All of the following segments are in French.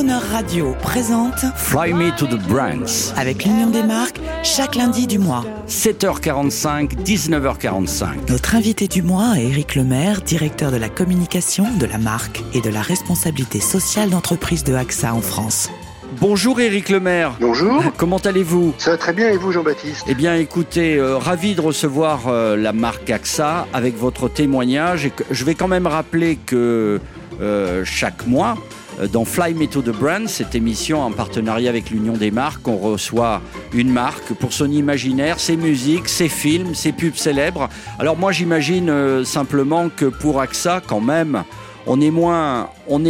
Croner Radio présente Fly Me to the Brands avec l'Union des marques chaque lundi du mois. 7h45, 19h45. Notre invité du mois est Éric Lemaire, directeur de la communication, de la marque et de la responsabilité sociale d'entreprise de AXA en France. Bonjour Éric Lemaire. Bonjour. Comment allez-vous ? Ça va très bien et vous Jean-Baptiste ? Eh bien écoutez, ravi de recevoir la marque AXA avec votre témoignage. Et je vais quand même rappeler que chaque mois, dans Fly Me to the Brand, cette émission en partenariat avec l'Union des marques, on reçoit une marque pour son imaginaire, ses musiques, ses films, ses pubs célèbres. Alors moi j'imagine simplement que pour AXA quand même, on est moins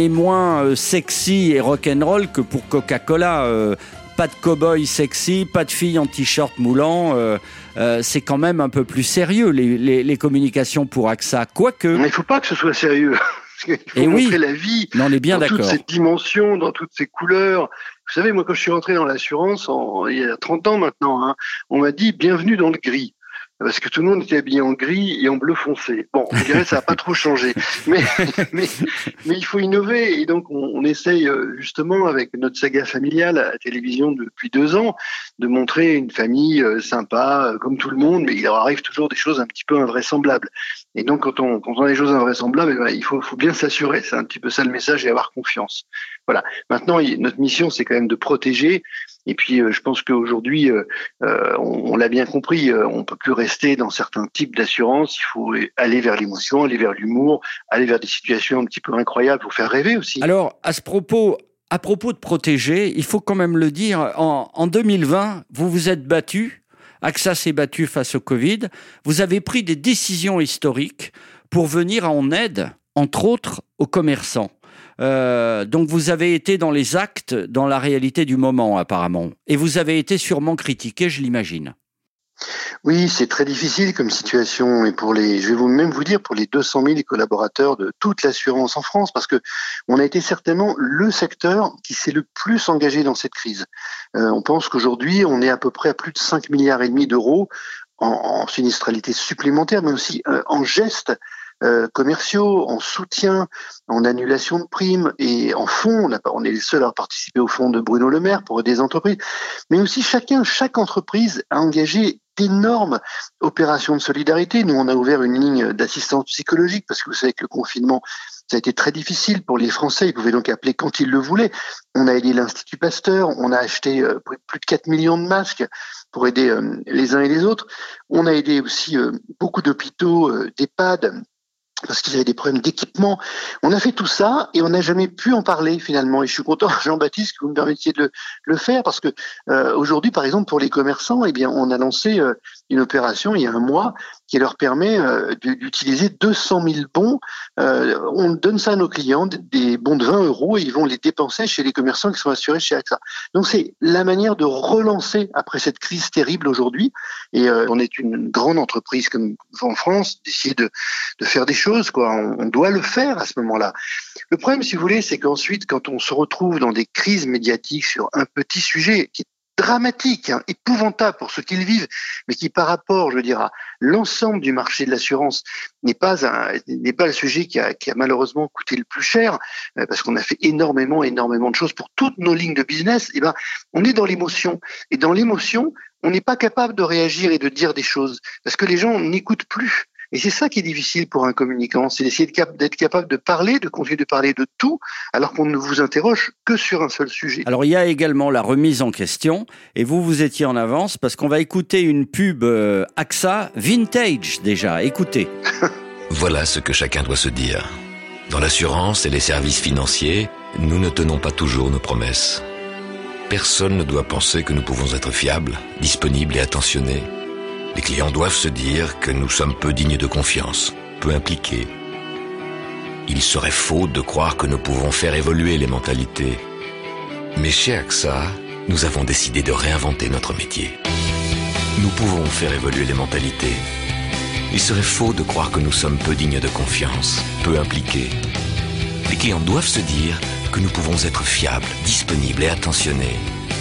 sexy et rock'n'roll que pour Coca-Cola. Pas de cow-boy sexy, pas de filles en t-shirt moulant. C'est quand même un peu plus sérieux les communications pour AXA. Quoique. Mais il ne faut pas que ce soit sérieux. Parce qu'il faut montrer la vie on est bien dans d'accord. toutes ses dimensions, dans toutes ses couleurs. Vous savez, moi, quand je suis rentré dans l'assurance, il y a 30 ans maintenant, on m'a dit « bienvenue dans le gris ». Parce que tout le monde était habillé en gris et en bleu foncé. Bon, je dirais ça n'a pas trop changé. Mais il faut innover. Et donc, on essaye justement, avec notre saga familiale à la télévision depuis 2 ans, de montrer une famille sympa, comme tout le monde, mais il leur arrive toujours des choses un petit peu invraisemblables. Et donc, quand on a des choses invraisemblables, il faut bien s'assurer. C'est un petit peu ça le message et avoir confiance. Voilà. Maintenant, notre mission, c'est quand même de protéger. Et puis, je pense qu'aujourd'hui, on l'a bien compris, on peut plus rester dans certains types d'assurance. Il faut aller vers l'émotion, aller vers l'humour, aller vers des situations un petit peu incroyables pour faire rêver aussi. Alors, à propos de protéger, il faut quand même le dire, en 2020, vous vous êtes battu. AXA s'est battu face au Covid. Vous avez pris des décisions historiques pour venir en aide, entre autres, aux commerçants. Donc vous avez été dans les actes, dans la réalité du moment apparemment. Et vous avez été sûrement critiqué, je l'imagine. Oui, c'est très difficile comme situation. Et je vais même vous dire, pour les 200 000 collaborateurs de toute l'assurance en France, parce que on a été certainement le secteur qui s'est le plus engagé dans cette crise. On pense qu'aujourd'hui, on est à peu près à plus de 5,5 milliards d'euros en sinistralité supplémentaire, mais aussi en gestes commerciaux, en soutien, en annulation de primes et en fonds. On est les seuls à participer au fonds de Bruno Le Maire pour aider les entreprises. Mais aussi chaque entreprise a engagé d'énormes opérations de solidarité. Nous, on a ouvert une ligne d'assistance psychologique parce que vous savez que le confinement, ça a été très difficile pour les Français. Ils pouvaient donc appeler quand ils le voulaient. On a aidé l'Institut Pasteur. On a acheté plus de 4 millions de masques pour aider les uns et les autres. On a aidé aussi beaucoup d'hôpitaux, d'EHPAD, parce qu'ils avaient des problèmes d'équipement. On a fait tout ça et on n'a jamais pu en parler finalement. Et je suis content, Jean-Baptiste, que vous me permettiez de le faire parce que aujourd'hui, par exemple, pour les commerçants, eh bien, on a lancé une opération il y a un mois qui leur permet d'utiliser 200 000 bons. On donne ça à nos clients, des bons de 20 € et ils vont les dépenser chez les commerçants qui sont assurés chez AXA. Donc c'est la manière de relancer après cette crise terrible aujourd'hui. Et on est une grande entreprise comme en France, d'essayer de faire des choses, quoi. On doit le faire à ce moment-là. Le problème, si vous voulez, c'est qu'ensuite, quand on se retrouve dans des crises médiatiques sur un petit sujet qui est dramatique, épouvantable pour ceux qui le vivent, mais qui par rapport, je veux dire, à l'ensemble du marché de l'assurance n'est pas le sujet qui a malheureusement coûté le plus cher, parce qu'on a fait énormément de choses pour toutes nos lignes de business. Et ben, on est dans l'émotion. Et dans l'émotion, on n'est pas capable de réagir et de dire des choses, parce que les gens n'écoutent plus. Et c'est ça qui est difficile pour un communicant, c'est d'essayer d'être capable de parler, de continuer de parler de tout, alors qu'on ne vous interroge que sur un seul sujet. Alors il y a également la remise en question, et vous étiez en avance, parce qu'on va écouter une pub AXA Vintage déjà, écoutez. Voilà ce que chacun doit se dire. Dans l'assurance et les services financiers, nous ne tenons pas toujours nos promesses. Personne ne doit penser que nous pouvons être fiables, disponibles et attentionnés. Les clients doivent se dire que nous sommes peu dignes de confiance, peu impliqués. Il serait faux de croire que nous pouvons faire évoluer les mentalités. Mais chez AXA, nous avons décidé de réinventer notre métier. Nous pouvons faire évoluer les mentalités. Il serait faux de croire que nous sommes peu dignes de confiance, peu impliqués. Les clients doivent se dire que nous pouvons être fiables, disponibles et attentionnés.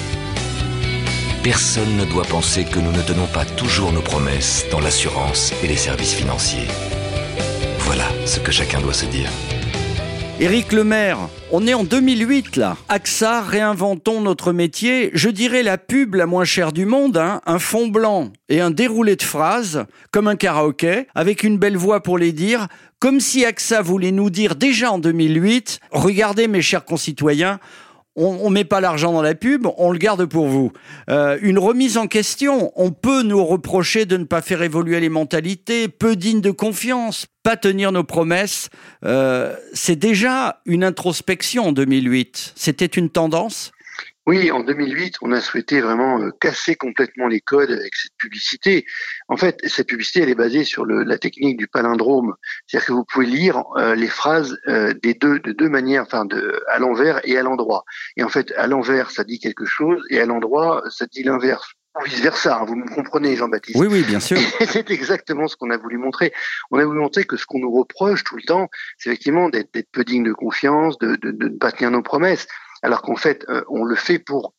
Personne ne doit penser que nous ne tenons pas toujours nos promesses dans l'assurance et les services financiers. Voilà ce que chacun doit se dire. Éric Lemaire, on est en 2008 là. AXA, réinventons notre métier. Je dirais la pub la moins chère du monde, un fond blanc et un déroulé de phrases, comme un karaoké, avec une belle voix pour les dire, comme si AXA voulait nous dire déjà en 2008, regardez mes chers concitoyens, on met pas l'argent dans la pub, on le garde pour vous. Une remise en question. On peut nous reprocher de ne pas faire évoluer les mentalités, peu dignes de confiance, pas tenir nos promesses. C'est déjà une introspection en 2008. C'était une tendance ? Oui, en 2008, on a souhaité vraiment casser complètement les codes avec cette publicité. En fait, cette publicité, elle est basée sur la technique du palindrome. C'est-à-dire que vous pouvez lire les phrases de deux manières, à l'envers et à l'endroit. Et en fait, à l'envers, ça dit quelque chose, et à l'endroit, ça dit l'inverse. Ou vice-versa, vous me comprenez, Jean-Baptiste. Oui, bien sûr. Et c'est exactement ce qu'on a voulu montrer. On a voulu montrer que ce qu'on nous reproche tout le temps, c'est effectivement d'être peu digne de confiance, de ne pas tenir nos promesses. Alors qu'en fait, on le fait pour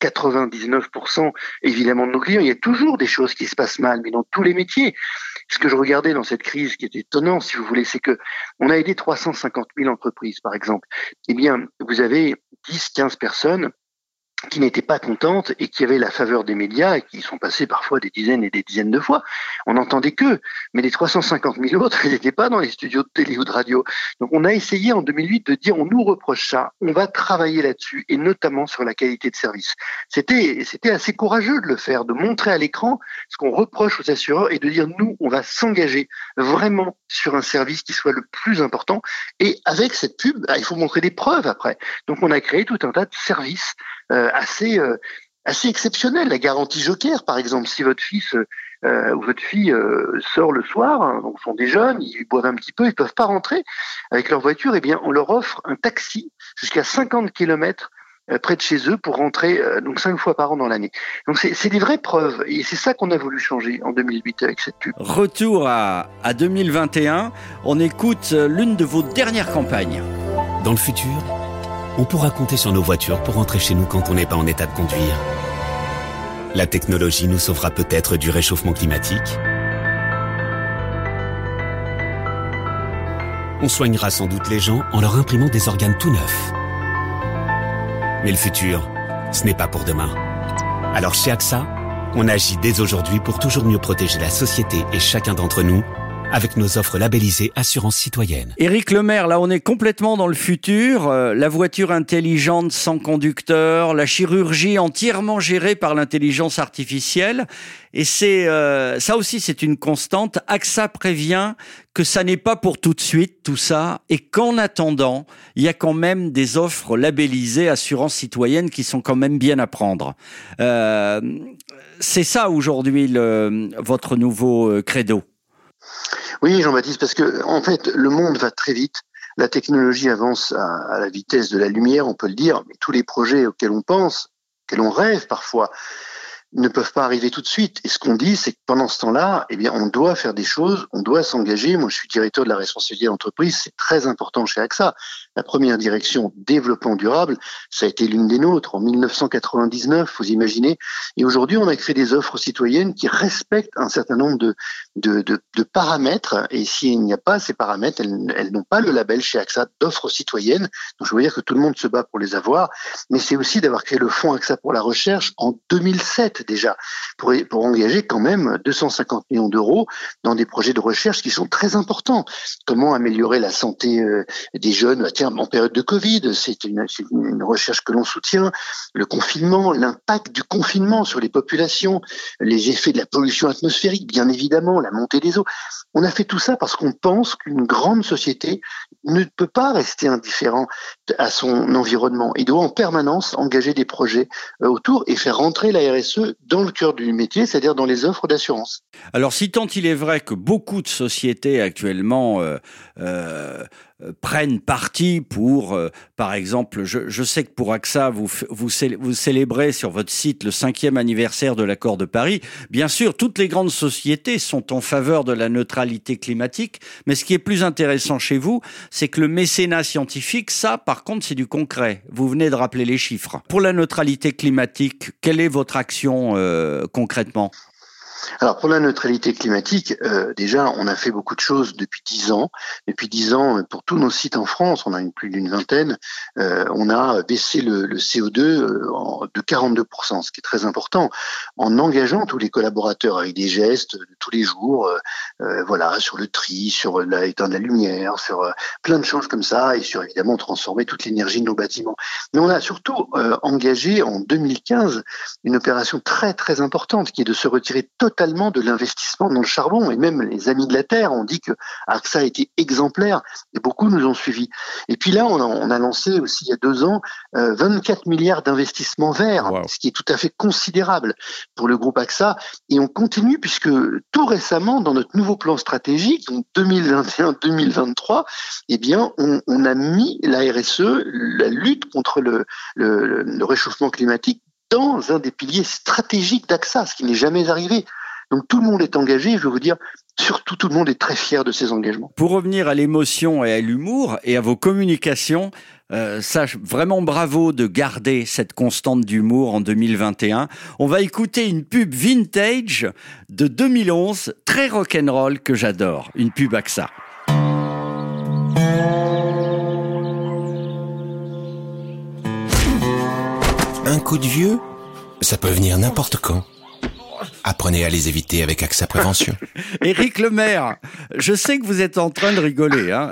99% évidemment de nos clients. Il y a toujours des choses qui se passent mal, mais dans tous les métiers. Ce que je regardais dans cette crise qui est étonnant, si vous voulez, c'est que on a aidé 350 000 entreprises, par exemple. Eh bien, vous avez 10-15 personnes qui n'étaient pas contentes et qui avaient la faveur des médias et qui sont passées parfois des dizaines et des dizaines de fois. On n'entendait qu'eux. Mais les 350 000 autres, ils n'étaient pas dans les studios de télé ou de radio. Donc on a essayé en 2008 de dire on nous reproche ça, on va travailler là-dessus et notamment sur la qualité de service. C'était assez courageux de le faire, de montrer à l'écran ce qu'on reproche aux assureurs et de dire nous, on va s'engager vraiment sur un service qui soit le plus important. Et avec cette pub, il faut montrer des preuves après. Donc on a créé tout un tas de services assez exceptionnel. La garantie Joker, par exemple, si votre fils ou votre fille sort le soir, donc sont des jeunes, ils boivent un petit peu, ils peuvent pas rentrer avec leur voiture, eh bien on leur offre un taxi jusqu'à 50 km près de chez eux pour rentrer donc 5 fois par an dans l'année. Donc c'est des vraies preuves et c'est ça qu'on a voulu changer en 2008 avec cette pub. Retour à 2021, on écoute l'une de vos dernières campagnes. Dans le futur, on pourra compter sur nos voitures pour rentrer chez nous quand on n'est pas en état de conduire. La technologie nous sauvera peut-être du réchauffement climatique. On soignera sans doute les gens en leur imprimant des organes tout neufs. Mais le futur, ce n'est pas pour demain. Alors chez AXA, on agit dès aujourd'hui pour toujours mieux protéger la société et chacun d'entre nous avec nos offres labellisées Assurance Citoyenne. Éric Lemaire, là on est complètement dans le futur, la voiture intelligente sans conducteur, la chirurgie entièrement gérée par l'intelligence artificielle. Et ça aussi c'est une constante. AXA prévient que ça n'est pas pour tout de suite tout ça et qu'en attendant, il y a quand même des offres labellisées Assurance Citoyenne qui sont quand même bien à prendre. C'est ça aujourd'hui votre nouveau credo. Oui, Jean-Baptiste, parce que en fait, le monde va très vite. La technologie avance à la vitesse de la lumière, on peut le dire, mais tous les projets auxquels on pense, auxquels on rêve parfois, ne peuvent pas arriver tout de suite. Et ce qu'on dit, c'est que pendant ce temps-là, eh bien, on doit faire des choses, on doit s'engager. Moi, je suis directeur de la responsabilité d'entreprise, c'est très important chez AXA. La première direction développement durable, ça a été l'une des nôtres en 1999, vous imaginez. Et aujourd'hui, on a créé des offres citoyennes qui respectent un certain nombre de paramètres. Et s'il n'y a pas ces paramètres, elles n'ont pas le label chez AXA d'offres citoyennes. Donc, je veux dire que tout le monde se bat pour les avoir. Mais c'est aussi d'avoir créé le fonds AXA pour la recherche en 2007 déjà, pour engager quand même 250 millions d'euros dans des projets de recherche qui sont très importants. Comment améliorer la santé des jeunes en période de Covid, c'est une recherche que l'on soutient. Le confinement, l'impact du confinement sur les populations, les effets de la pollution atmosphérique, bien évidemment, la montée des eaux. On a fait tout ça parce qu'on pense qu'une grande société ne peut pas rester indifférent à son environnement. Il doit en permanence engager des projets autour et faire rentrer la RSE dans le cœur du métier, c'est-à-dire dans les offres d'assurance. Alors, si tant il est vrai que beaucoup de sociétés actuellement prennent parti pour, par exemple, je sais que pour AXA, vous célébrez sur votre site le 5e anniversaire de l'accord de Paris. Bien sûr, toutes les grandes sociétés sont en faveur de la neutralité climatique, mais ce qui est plus intéressant chez vous, c'est que le mécénat scientifique, ça, par contre, c'est du concret. Vous venez de rappeler les chiffres. Pour la neutralité climatique, quelle est votre action concrètement ? Alors pour la neutralité climatique, déjà on a fait beaucoup de choses depuis 10 ans. Depuis 10 ans, pour tous nos sites en France, on a plus d'une vingtaine, on a baissé le CO2 de 42%, ce qui est très important, en engageant tous les collaborateurs avec des gestes de tous les jours, voilà, sur le tri, sur l'éteinte de la lumière, sur plein de choses comme ça, et sur évidemment transformer toute l'énergie de nos bâtiments. Mais on a surtout engagé en 2015 une opération très très importante qui est de se retirer totalement de l'investissement dans le charbon. Et même les Amis de la Terre ont dit que AXA a été exemplaire et beaucoup nous ont suivis. Et puis là, on a lancé aussi il y a 2 ans 24 milliards d'investissements verts, wow, ce qui est tout à fait considérable pour le groupe AXA. Et on continue puisque tout récemment, dans notre nouveau plan stratégique, donc 2021-2023, eh bien, on a mis la RSE, la lutte contre le réchauffement climatique, dans un des piliers stratégiques d'AXA, ce qui n'est jamais arrivé. Donc tout le monde est engagé, je veux vous dire, surtout tout le monde est très fier de ses engagements. Pour revenir à l'émotion et à l'humour et à vos communications, vraiment bravo de garder cette constante d'humour en 2021. On va écouter une pub vintage de 2011, très rock'n'roll, que j'adore, une pub AXA. Un coup de vieux, ça peut venir n'importe quand. Apprenez à les éviter avec AXA Prévention. Éric Lemaire, je sais que vous êtes en train de rigoler. Hein.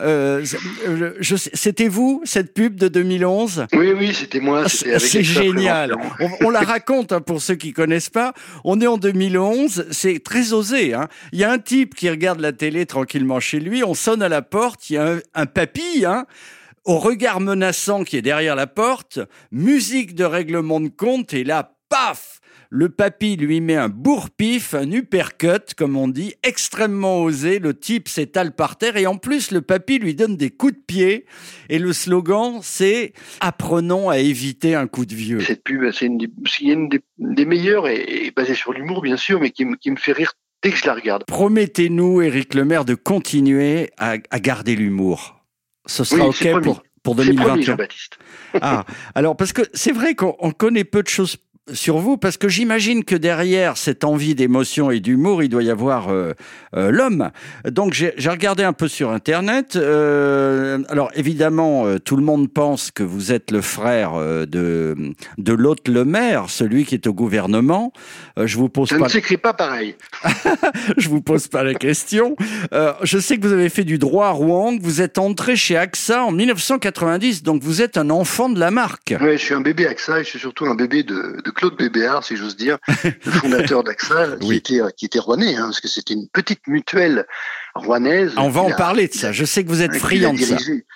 C'était vous, cette pub de 2011 ? Oui, c'était moi. C'est génial. On la raconte, hein, pour ceux qui ne connaissent pas. On est en 2011, c'est très osé. Hein. Il y a un type qui regarde la télé tranquillement chez lui, on sonne à la porte, il y a un papy, hein, au regard menaçant qui est derrière la porte, musique de règlement de compte, et là, paf, le papy lui met un bourre-pif, un uppercut, comme on dit, extrêmement osé. Le type s'étale par terre et en plus, le papy lui donne des coups de pied. Et le slogan, c'est « Apprenons à éviter un coup de vieux ». Cette pub, c'est une des meilleures et basée sur l'humour, bien sûr, mais qui me fait rire dès que je la regarde. Promettez-nous, Éric Lemaire, de continuer à garder l'humour. Ce sera OK pour 2021. C'est promis, Jean-Baptiste. Ah, alors, parce que c'est vrai qu'on connaît peu de choses sur vous, parce que j'imagine que derrière cette envie d'émotion et d'humour, il doit y avoir l'homme. Donc j'ai regardé un peu sur Internet. Alors évidemment, tout le monde pense que vous êtes le frère de l'hôte Lemaire, celui qui est au gouvernement. Je vous pose ça ne s'écrit pas pareil. Je vous pose pas la question. Je sais que vous avez fait du droit à Rouen, que vous êtes entré chez AXA en 1990, donc vous êtes un enfant de la marque. Oui, je suis un bébé AXA et je suis surtout un bébé de Claude Bébéard, si j'ose dire, le fondateur d'AXA, oui, qui était rouennais, hein, parce que c'était une petite mutuelle rouennaise. On va en parler de ça. Je sais que vous êtes friand de ça.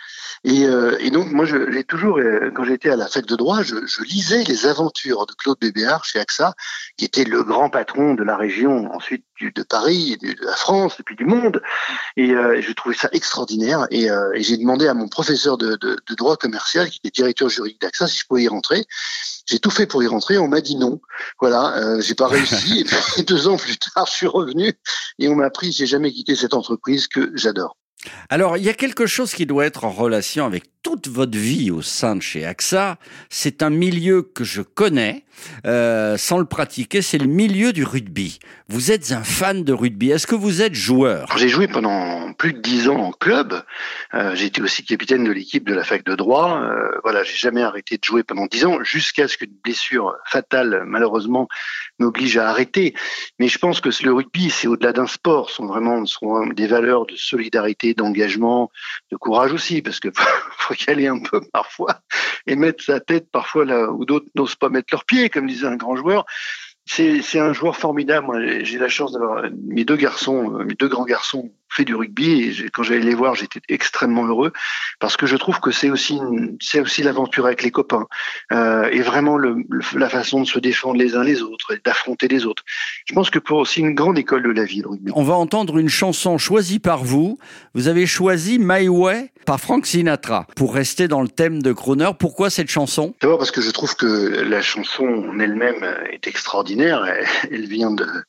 Et donc, moi, j'ai toujours, quand j'étais à la fac de droit, je lisais les aventures de Claude Bébéard chez AXA, qui était le grand patron de la région, ensuite de Paris, de la France, et puis du monde. Et je trouvais ça extraordinaire. Et j'ai demandé à mon professeur de droit commercial, qui était directeur juridique d'AXA, si je pouvais y rentrer. J'ai tout fait pour y rentrer, on m'a dit non. Voilà, j'ai pas réussi. Et puis 2 ans plus tard, je suis revenu et on m'a pris. J'ai jamais quitté cette entreprise que j'adore. Alors, il y a quelque chose qui doit être en relation avec toute votre vie au sein de chez AXA. C'est un milieu que je connais, sans le pratiquer, c'est le milieu du rugby. Vous êtes un fan de rugby. Est-ce que vous êtes joueur ? J'ai joué pendant plus de 10 ans en club. J'ai été aussi capitaine de l'équipe de la fac de droit. Voilà, j'ai jamais arrêté de jouer pendant 10 ans, jusqu'à ce qu'une blessure fatale, malheureusement, m'oblige à arrêter. Mais je pense que le rugby, c'est au-delà d'un sport. Ce sont des valeurs de solidarité, d'engagement, de courage aussi, parce que faut y aller un peu parfois et mettre sa tête parfois là où d'autres n'osent pas mettre leurs pieds, comme disait un grand joueur. C'est un joueur formidable. Moi, j'ai la chance d'avoir mes 2 grands garçons fait du rugby et quand j'allais les voir, j'étais extrêmement heureux parce que je trouve que c'est aussi l'aventure avec les copains et vraiment la façon de se défendre les uns les autres et d'affronter les autres. Je pense que pour aussi une grande école de la vie, le rugby. On va entendre une chanson choisie par vous. Vous avez choisi My Way par Frank Sinatra pour rester dans le thème de Crooner. Pourquoi cette chanson ? D'abord parce que je trouve que la chanson en elle-même est extraordinaire. Elle vient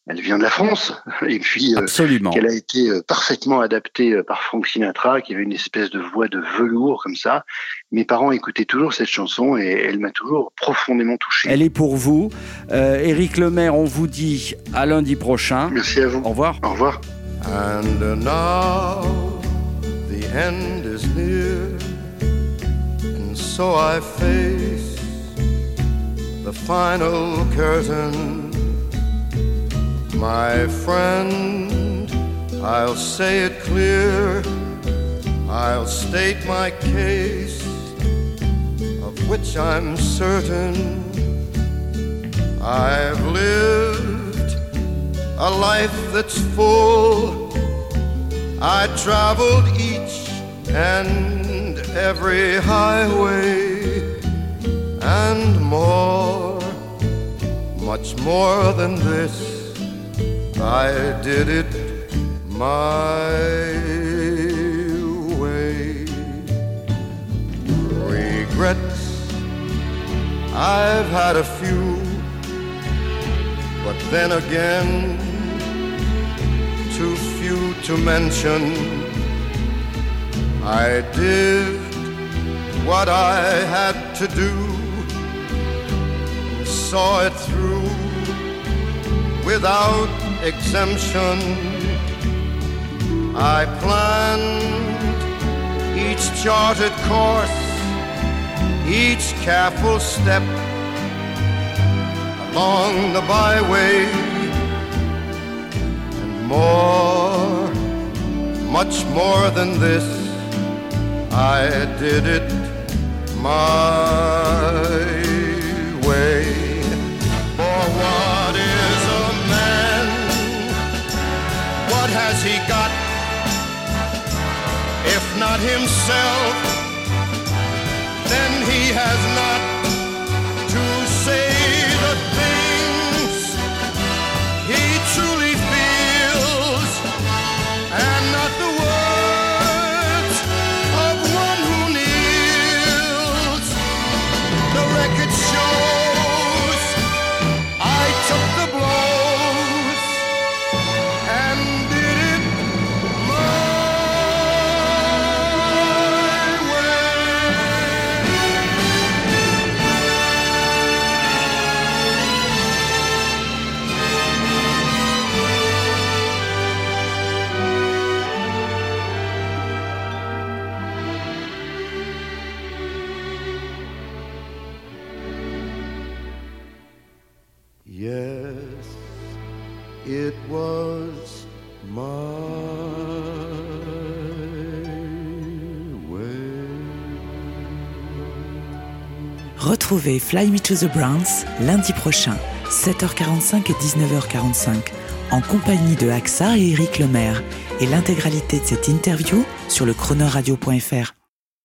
elle vient de la France, et puis qu'elle a été parfaitement adaptée par Frank Sinatra, qui avait une espèce de voix de velours comme ça. Mes parents écoutaient toujours cette chanson et elle m'a toujours profondément touché. Elle est pour vous. Éric Lemaire, on vous dit à lundi prochain. Merci à vous. Au revoir. Au revoir. And now the end is near, and so I face the final curtain. My friend, I'll say it clear, I'll state my case, of which I'm certain. I've lived a life that's full. I traveled each and every highway and more, much more than this. I did it my way. Regrets, I've had a few, but then again, too few to mention. I did what I had to do, and saw it through without exemption. I planned each charted course, each careful step along the byway, and more, much more than this, I did it my way. For what is a man? What has he got? If not himself, then he has not to say the things he truly feels, and not the words of one who kneels. The record shows I took the blows and did it my Yes, it was my way. Retrouvez Fly Me to the Browns lundi prochain, 7h45 et 19h45, en compagnie de AXA et Éric Lemaire, et l'intégralité de cette interview sur le chronoradio.fr.